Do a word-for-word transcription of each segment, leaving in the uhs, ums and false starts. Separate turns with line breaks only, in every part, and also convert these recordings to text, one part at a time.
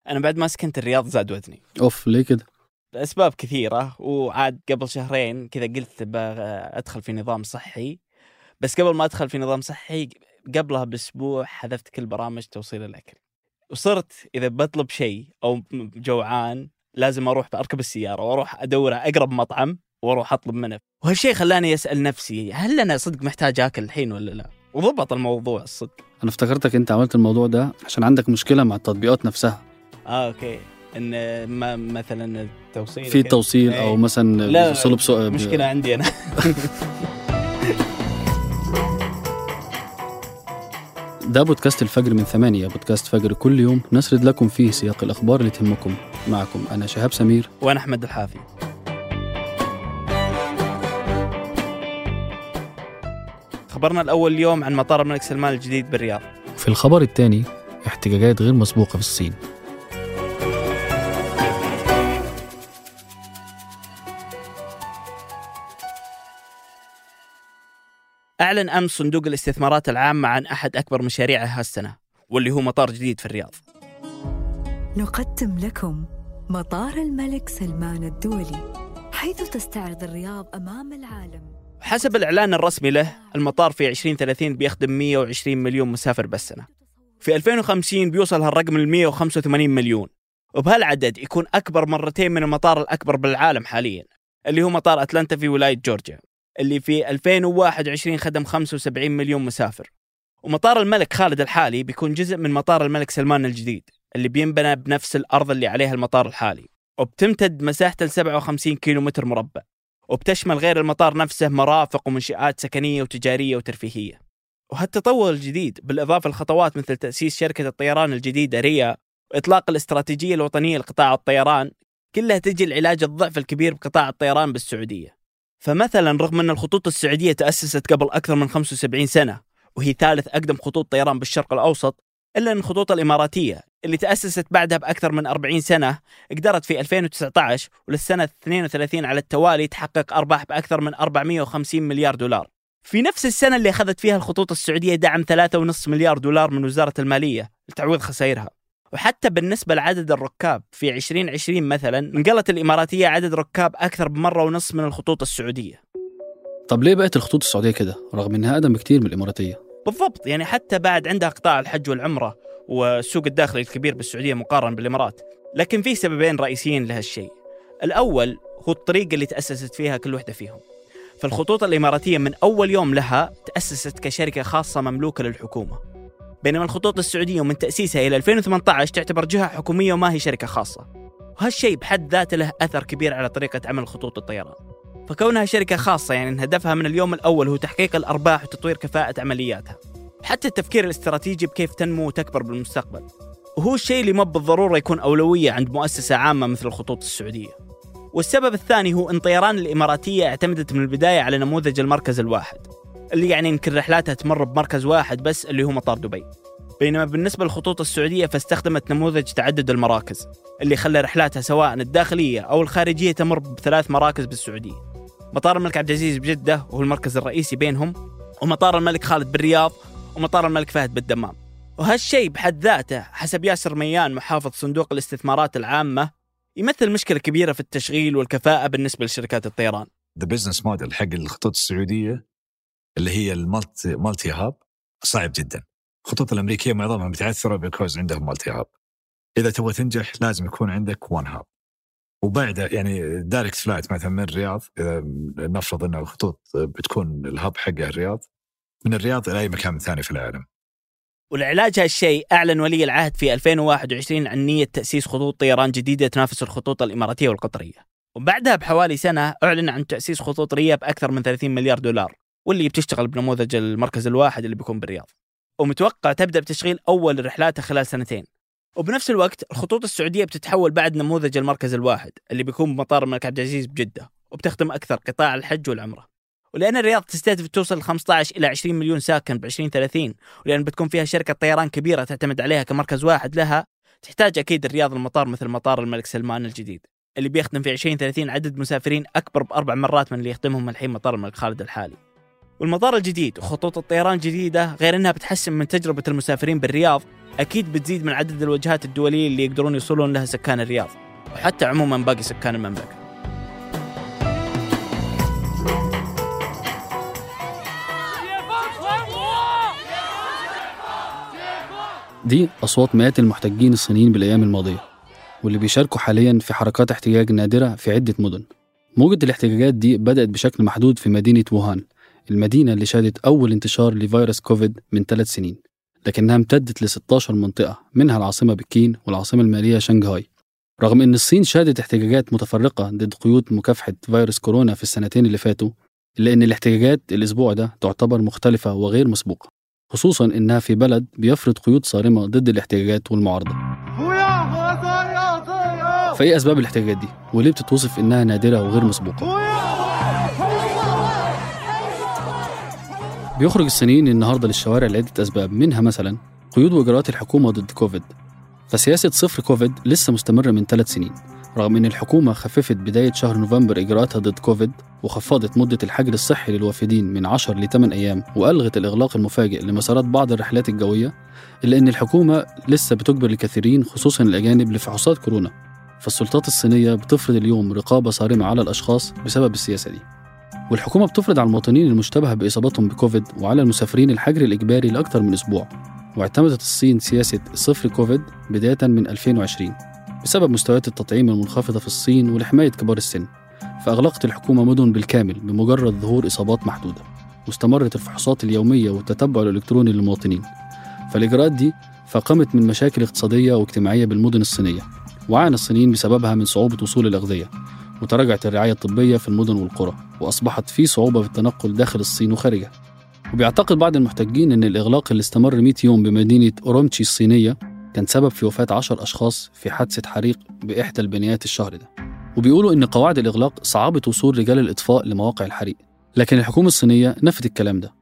أنا بعد ما سكنت الرياض زاد وزني.
أوف، ليه كده؟
لأسباب كثيرة، وعاد قبل شهرين كذا قلت أدخل في نظام صحي، بس قبل ما أدخل في نظام صحي قبلها بأسبوع حذفت كل برامج توصيل الأكل، وصرت إذا بطلب شيء أو جوعان لازم أروح أركب السيارة وأروح أدور أقرب مطعم وأروح أطلب منه. وهالشيء خلاني أسأل نفسي هل أنا صدق محتاج أكل الحين ولا لا؟ وضبط الموضوع الصدق.
أنا افتكرتك أنت عملت الموضوع ده عشان عندك مشكلة مع التطبيقات نفسها.
آه أوكي، إن ما مثلا التوصيل
في توصيل أو مثلا صلب سؤال.
مشكلة عندي أنا.
ده بودكاست الفجر من ثمانية، بودكاست فجر كل يوم نسرد لكم فيه سياق الأخبار اللي تهمكم. معكم أنا شهاب سمير
وأنا أحمد الحافي. خبرنا الأول اليوم عن مطار الملك سلمان الجديد بالرياض.
في الخبر الثاني احتجاجات غير مسبوقة في الصين.
أعلن أمس صندوق الاستثمارات العامة عن أحد أكبر مشاريعه هالسنة، واللي هو مطار جديد في الرياض.
نقدم لكم مطار الملك سلمان الدولي، حيث تستعرض الرياض أمام العالم.
حسب الإعلان الرسمي له، المطار في عشرين ثلاثين بيخدم مئة وعشرين مليون مسافر بالسنة. في ألفين وخمسين بيوصل هالرقم ل مئة وخمسة وثمانين مليون، وبهالعدد يكون أكبر مرتين من المطار الأكبر بالعالم حالياً، اللي هو مطار أتلانتا في ولاية جورجيا، اللي في ألفين وواحد وعشرين خدم خمسة وسبعين مليون مسافر. ومطار الملك خالد الحالي بيكون جزء من مطار الملك سلمان الجديد، اللي بينبنى بنفس الأرض اللي عليها المطار الحالي، وبتمتد مساحته ل سبعة وخمسين كيلومتر مربع، وبتشمل غير المطار نفسه مرافق ومنشآت سكنية وتجارية وترفيهية. وهالتطور الجديد بالإضافة لخطوات مثل تأسيس شركة الطيران الجديدة ريا وإطلاق الاستراتيجية الوطنية لقطاع الطيران، كلها تجي لعلاج الضعف الكبير بقطاع الطيران بالسعودية. فمثلا رغم أن الخطوط السعودية تأسست قبل أكثر من خمسة وسبعين سنة وهي ثالث أقدم خطوط طيران بالشرق الأوسط، إلا أن الخطوط الإماراتية اللي تأسست بعدها بأكثر من أربعين سنة قدرت في ألفين وتسعة عشر وللسنة اثنين وثلاثين على التوالي تحقق أرباح بأكثر من أربعمئة وخمسين مليار دولار، في نفس السنة اللي أخذت فيها الخطوط السعودية دعم ثلاثة فاصلة خمسة مليار دولار من وزارة المالية لتعويض خسائرها. وحتى بالنسبة لعدد الركاب في عشرين عشرين مثلا نقلت الإماراتية عدد ركاب أكثر بمرة ونصف من الخطوط السعودية.
طب ليه بقت الخطوط السعودية كده رغم أنها أقدم بكتير من الإماراتية؟
بالضبط، يعني حتى بعد عندها قطاع الحج والعمرة والسوق الداخلي الكبير بالسعودية مقارنة بالإمارات، لكن في سببين رئيسيين لهالشيء. الأول هو الطريقة اللي تأسست فيها كل واحدة فيهم. فالخطوط الإماراتية من أول يوم لها تأسست كشركة خاصة مملوكة للحكومة، بينما الخطوط السعودية من تأسيسها إلى ألفين وثمانية عشر تعتبر جهة حكومية وما هي شركة خاصة. وهالشيء بحد ذاته له أثر كبير على طريقة عمل خطوط الطيران. فكونها شركة خاصة يعني إن هدفها من اليوم الأول هو تحقيق الأرباح وتطوير كفاءة عملياتها، حتى التفكير الاستراتيجي بكيف تنمو وتكبر بالمستقبل. وهو الشيء اللي ما بالضرورة يكون أولوية عند مؤسسة عامة مثل الخطوط السعودية. والسبب الثاني هو أن طيران الإماراتية اعتمدت من البداية على نموذج المركز الواحد، اللي يعني إن كل رحلاتها تمر بمركز واحد بس اللي هو مطار دبي. بينما بالنسبة للخطوط السعودية فاستخدمت نموذج تعدد المراكز، اللي خلى رحلاتها سواء الداخلية أو الخارجية تمر بثلاث مراكز بالسعودية: مطار الملك عبد العزيز بجدة وهو المركز الرئيسي بينهم، ومطار الملك خالد بالرياض، ومطار الملك فهد بالدمام. وهالشيء بحد ذاته حسب ياسر ميان محافظ صندوق الاستثمارات العامة يمثل مشكلة كبيرة في التشغيل والكفاءة بالنسبة لشركات الطيران.
The business model حق الخطوط السعودية اللي هي المالتي مالتي هاب صعب جدا. الخطوط الأمريكية معظمها متعثرة بيكوز عندهم مالتي هاب. إذا تبغى تنجح لازم يكون عندك وان هاب، وبعد يعني دايركت فلايت مثلا من الرياض، إذا نفرض أن الخطوط بتكون الهاب حقها الرياض، من الرياض إلى أي مكان ثاني في العالم.
ولعلاج هالشيء أعلن ولي العهد في ألفين وواحد وعشرين عن نية تأسيس خطوط طيران جديدة تنافس الخطوط الإماراتية والقطرية. وبعدها بحوالي سنة أعلن عن تأسيس خطوط ريا بأكثر من ثلاثين مليار دولار، واللي بتشتغل بنموذج المركز الواحد اللي بيكون بالرياض، ومتوقع تبدأ بتشغيل أول رحلاتها خلال سنتين. وبنفس الوقت الخطوط السعودية بتتحول بعد نموذج المركز الواحد اللي بيكون بمطار الملك عبد العزيز بجدة، وبتخدم أكثر قطاع الحج والعمرة. ولأن الرياض تستهدف توصل خمسة عشر إلى عشرين مليون ساكن بعشرين ثلاثين، ولأن بتكون فيها شركة طيران كبيرة تعتمد عليها كمركز واحد لها، تحتاج أكيد الرياض المطار مثل مطار الملك سلمان الجديد اللي بيخدم في عشرين ثلاثين عدد مسافرين أكبر بأربع مرات من اللي يخدمهم الحين مطار الملك خالد الحالي. والمطار الجديد وخطوط الطيران الجديدة غير أنها بتحسن من تجربة المسافرين بالرياض، أكيد بتزيد من عدد الوجهات الدولية اللي يقدرون يوصلون لها سكان الرياض وحتى عموما باقي سكان المملكة.
دي أصوات مئات المحتجين الصينيين بالأيام الماضية، واللي بيشاركوا حالياً في حركات احتجاج نادرة في عدة مدن. موجة الاحتجاجات دي بدأت بشكل محدود في مدينة ووهان، المدينة اللي شهدت أول انتشار لفيروس كوفيد من ثلاث سنين، لكنها امتدت ل ستة عشر منطقة، منها العاصمة بكين والعاصمة المالية شنغهاي. رغم أن الصين شهدت احتجاجات متفرقة ضد قيود مكافحة فيروس كورونا في السنتين اللي فاتوا، إلا أن الاحتجاجات الأسبوع ده تعتبر مختلفة وغير مسبوقة، خصوصاً إنها في بلد بيفرض قيود صارمة ضد الاحتجاجات والمعارضة. فإيه أسباب الاحتجاجات دي؟ وليه بتتوصف إنها نادرة وغير مسبوقة؟ بيخرج الصينيين النهاردة للشوارع لعدة أسباب، منها مثلاً قيود وإجراءات الحكومة ضد كوفيد. فسياسة صفر كوفيد لسه مستمرة من ثلاث سنين، رغم أن الحكومة خففت بداية شهر نوفمبر إجراءاتها ضد كوفيد وخفضت مدة الحجر الصحي للوافدين من عشر لثمان أيام وألغت الإغلاق المفاجئ لمسارات بعض الرحلات الجوية، إلا أن الحكومة لسه بتجبر الكثيرين خصوصاً الأجانب لفحوصات كورونا. فالسلطات الصينية بتفرض اليوم رقابة صارمة على الأشخاص بسبب السياسة دي، والحكومة بتفرض على المواطنين المشتبه بإصابتهم بكوفيد وعلى المسافرين الحجر الإجباري لأكثر من أسبوع. واعتمدت الصين سياسة صفر كوفيد بداية من ألفين وعشرين بسبب مستويات التطعيم المنخفضة في الصين ولحماية كبار السن، فأغلقت الحكومة مدن بالكامل بمجرد ظهور إصابات محدودة، واستمرت الفحوصات اليومية والتتبع الإلكتروني للمواطنين. فالإجراءات دي فقمت من مشاكل اقتصادية واجتماعية بالمدن الصينية، وعانى الصينيين بسببها من صعوبة وصول الأغذية، وتراجعت الرعاية الطبية في المدن والقرى، وأصبحت في صعوبة في التنقل داخل الصين وخارجها. وبيعتقد بعض المحتجين أن الإغلاق اللي استمر مئة يوم بمدينة أورومتشي الصينية كان سبب في وفاة عشر أشخاص في حادثة حريق بإحدى البنايات الشهر ده. وبيقولوا أن قواعد الإغلاق صعبت وصول رجال الإطفاء لمواقع الحريق، لكن الحكومة الصينية نفت الكلام ده.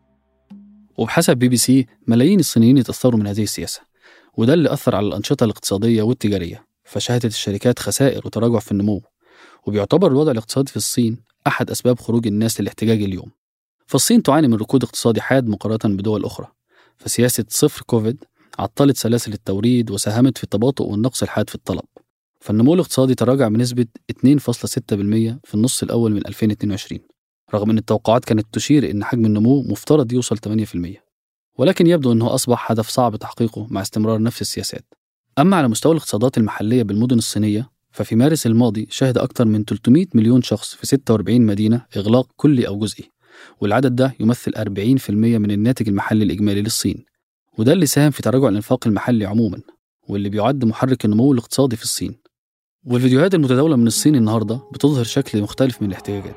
وبحسب بي بي سي ملايين الصينيين يتأثروا من هذه السياسة، وده اللي أثر على الأنشطة الاقتصادية والتجارية، فشهدت الشركات خسائر وتراجع في النمو. وبيعتبر الوضع الاقتصادي في الصين أحد أسباب خروج الناس للاحتجاج اليوم. فالصين تعاني من ركود اقتصادي حاد مقارنة بدول أخرى، فسياسة صفر كوفيد عطلت سلاسل التوريد وساهمت في التباطؤ والنقص الحاد في الطلب. فالنمو الاقتصادي تراجع بنسبة اثنين فاصلة ستة بالمئة في النص الأول من ألفين واثنين وعشرين، رغم أن التوقعات كانت تشير أن حجم النمو مفترض يوصل ثمانية بالمئة، ولكن يبدو أنه أصبح هدف صعب تحقيقه مع استمرار نفس السياسات. أما على مستوى الاقتصادات المحلية بالمدن الصينية، ففي مارس الماضي شهد أكثر من ثلاثمئة مليون شخص في ستة وأربعين مدينة إغلاق كلي أو جزئي، والعدد ده يمثل أربعين بالمئة من الناتج المحلي الإجمالي للصين، وده اللي ساهم في تراجع الإنفاق المحلي عموما، واللي بيعد محرك النمو الاقتصادي في الصين. والفيديوهات المتداولة من الصين النهاردة بتظهر شكل مختلف من الاحتجاجات.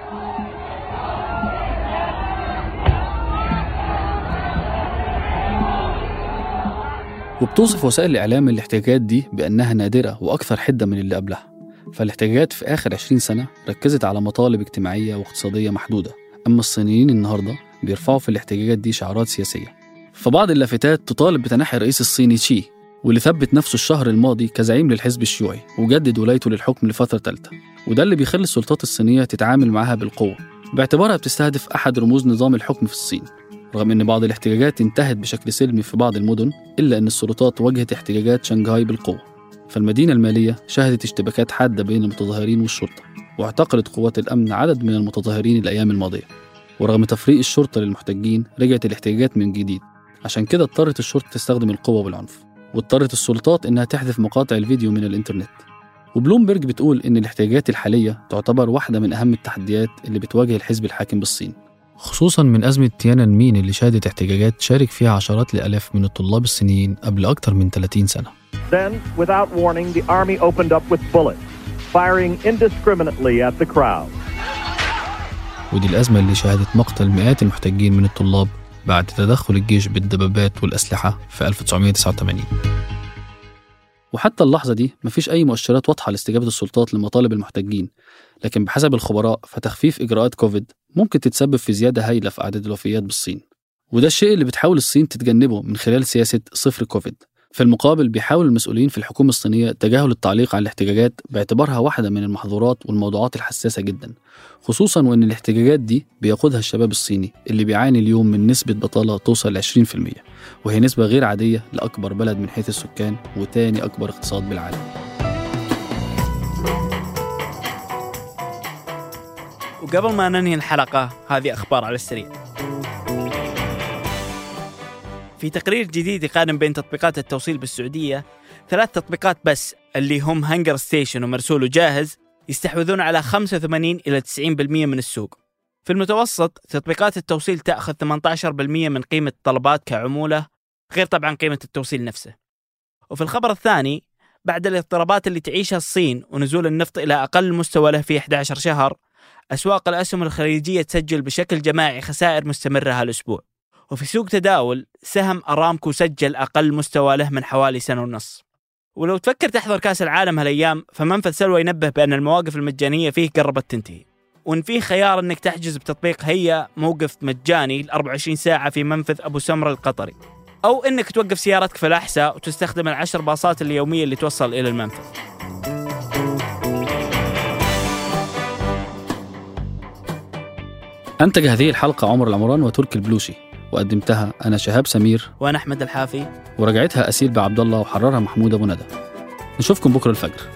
وبتوصف وسائل الإعلام الاحتجاجات دي بأنها نادرة وأكثر حدة من اللي قبلها. فالاحتجاجات في آخر عشرين سنة ركزت على مطالب اجتماعية واقتصادية محدودة، أما الصينيين النهاردة بيرفعوا في الاحتجاجات دي شعارات سياسية. فبعض اللافتات تطالب بتنحي الرئيس الصيني شي، واللي ثبت نفسه الشهر الماضي كزعيم للحزب الشيوعي وجدد ولايته للحكم لفترة ثالثة، وده اللي بيخلي السلطات الصينية تتعامل معها بالقوة باعتبارها بتستهدف أحد رموز نظام الحكم في الصين. رغم أن بعض الاحتجاجات انتهت بشكل سلمي في بعض المدن، إلا أن السلطات واجهت احتجاجات شنغهاي بالقوة. فالمدينة المالية شهدت اشتباكات حادة بين المتظاهرين والشرطة، واعتقلت قوات الأمن عدد من المتظاهرين الأيام الماضية. ورغم تفريق الشرطة للمحتجين رجعت الاحتجاجات من جديد، عشان كده اضطرت الشرطة تستخدم القوة والعنف، واضطرت السلطات إنها تحذف مقاطع الفيديو من الإنترنت. وبلومبرج بتقول إن الاحتجاجات الحالية تعتبر واحدة من أهم التحديات اللي بتواجه الحزب الحاكم بالصين، خصوصاً من أزمة تيانان مين اللي شهدت احتجاجات شارك فيها عشرات الآلاف من الطلاب الصينيين قبل أكثر من ثلاثين سنة.
Then, without warning, the army opened up with bullets, firing indiscriminately at the crowd.
ودي الأزمة اللي شهدت مقتل مئات المحتجين من الطلاب بعد تدخل الجيش بالدبابات والأسلحة في ألف وتسعمئة وتسعة وثمانين. وحتى اللحظة دي مفيش أي مؤشرات واضحة لاستجابة السلطات لمطالب المحتجين، لكن بحسب الخبراء فتخفيف إجراءات كوفيد ممكن تتسبب في زيادة هائلة في أعداد الوفيات بالصين، وده الشيء اللي بتحاول الصين تتجنبه من خلال سياسة صفر كوفيد. في المقابل بيحاول المسؤولين في الحكومة الصينية تجاهل التعليق على الاحتجاجات باعتبارها واحدة من المحظورات والموضوعات الحساسة جدا، خصوصا وأن الاحتجاجات دي بيقودها الشباب الصيني اللي بيعاني اليوم من نسبة بطالة توصل ل عشرين بالمئة، وهي نسبة غير عادية لأكبر بلد من حيث السكان وتاني أكبر اقتصاد بالعالم.
وقبل ما ننهي الحلقة هذه أخبار على السريع. في تقرير جديد يقارن بين تطبيقات التوصيل بالسعودية، ثلاث تطبيقات بس اللي هم هنجر ستيشن ومرسول وجاهز يستحوذون على خمسة وثمانين إلى تسعين بالمئة من السوق. في المتوسط تطبيقات التوصيل تأخذ ثمانية عشر بالمئة من قيمة الطلبات كعمولة، غير طبعا قيمة التوصيل نفسه. وفي الخبر الثاني، بعد الاضطرابات اللي تعيشها الصين ونزول النفط إلى أقل مستوى له في أحد عشر شهر، أسواق الأسهم الخليجية تسجل بشكل جماعي خسائر مستمرة هالأسبوع. وفي سوق تداول سهم أرامكو سجل أقل مستوى له من حوالي سنة ونص. ولو تفكر تحضر كأس العالم هالأيام، فمنفذ سلوى ينبه بأن المواقف المجانية فيه قربت تنتهي، وإن فيه خيار أنك تحجز بتطبيق هيا موقف مجاني ل أربعة وعشرين ساعة في منفذ أبو سمرة القطري، أو أنك توقف سيارتك في الأحساء وتستخدم العشر باصات اليومية اللي توصل إلى المنفذ.
أنتج هذه الحلقة عمر العمران وتركي البلوشي، وقدمتها أنا شهاب سمير
وأنا أحمد الحافي،
ورجعتها أسيل بعبد الله وحررها محمود أبو ندى. نشوفكم بكرة الفجر.